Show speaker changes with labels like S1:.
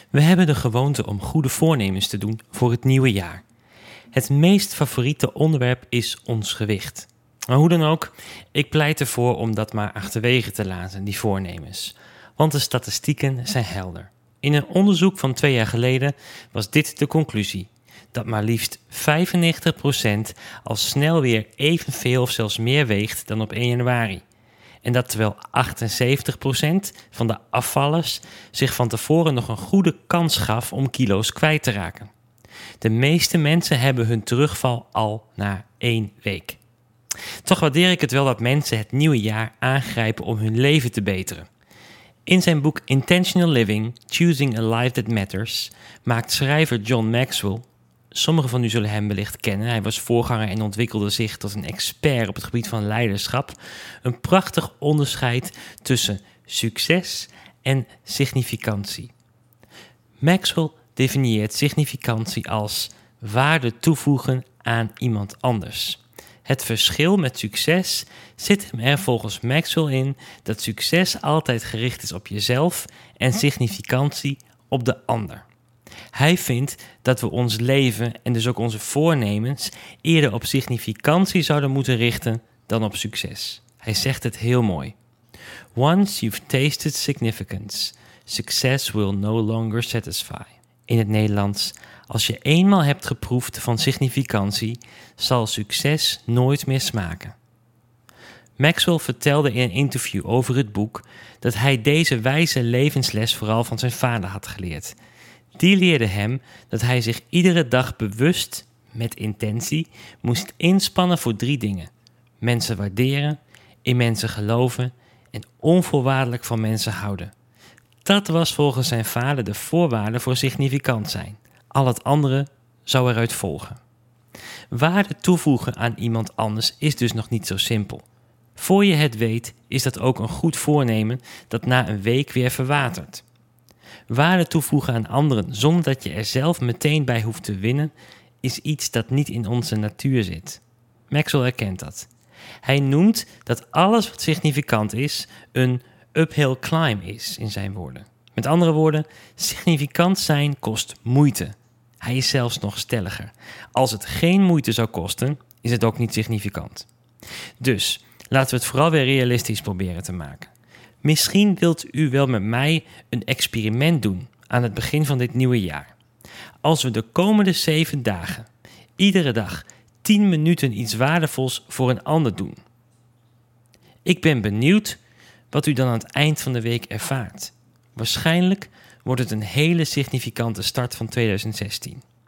S1: We hebben de gewoonte om goede voornemens te doen voor het nieuwe jaar. Het meest favoriete onderwerp is ons gewicht. Maar hoe dan ook, ik pleit ervoor om dat maar achterwege te laten, die voornemens. Want de statistieken zijn helder. In een onderzoek van 2 jaar geleden was dit de conclusie: dat maar liefst 95% al snel weer evenveel of zelfs meer weegt dan op 1 januari. En dat terwijl 78% van de afvallers zich van tevoren nog een goede kans gaf om kilo's kwijt te raken. De meeste mensen hebben hun terugval al na 1 week. Toch waardeer ik het wel dat mensen het nieuwe jaar aangrijpen om hun leven te beteren. In zijn boek Intentional Living, Choosing a Life That Matters maakt schrijver John Maxwell, sommigen van u zullen hem wellicht kennen, hij was voorganger en ontwikkelde zich tot een expert op het gebied van leiderschap, een prachtig onderscheid tussen succes en significantie. Maxwell definieert significantie als waarde toevoegen aan iemand anders. Het verschil met succes zit hem er volgens Maxwell in dat succes altijd gericht is op jezelf en significantie op de ander. Hij vindt dat we ons leven en dus ook onze voornemens eerder op significantie zouden moeten richten dan op succes. Hij zegt het heel mooi. Once you've tasted significance, success will no longer satisfy. In het Nederlands: als je eenmaal hebt geproefd van significantie, zal succes nooit meer smaken. Maxwell vertelde in een interview over het boek dat hij deze wijze levensles vooral van zijn vader had geleerd. Die leerde hem dat hij zich iedere dag bewust, met intentie, moest inspannen voor 3 dingen: mensen waarderen, in mensen geloven en onvoorwaardelijk van mensen houden. Dat was volgens zijn vader de voorwaarde voor significant zijn. Al het andere zou eruit volgen. Waarde toevoegen aan iemand anders is dus nog niet zo simpel. Voor je het weet is dat ook een goed voornemen dat na een week weer verwatert. Waarde toevoegen aan anderen zonder dat je er zelf meteen bij hoeft te winnen is iets dat niet in onze natuur zit. Maxwell herkent dat. Hij noemt dat alles wat significant is een uphill climb is in zijn woorden. Met andere woorden, significant zijn kost moeite. Hij is zelfs nog stelliger. Als het geen moeite zou kosten, is het ook niet significant. Dus laten we het vooral weer realistisch proberen te maken. Misschien wilt u wel met mij een experiment doen aan het begin van dit nieuwe jaar. Als we de komende 7 dagen, iedere dag 10 minuten iets waardevols voor een ander doen. Ik ben benieuwd wat u dan aan het eind van de week ervaart. Waarschijnlijk wordt het een hele significante start van 2016.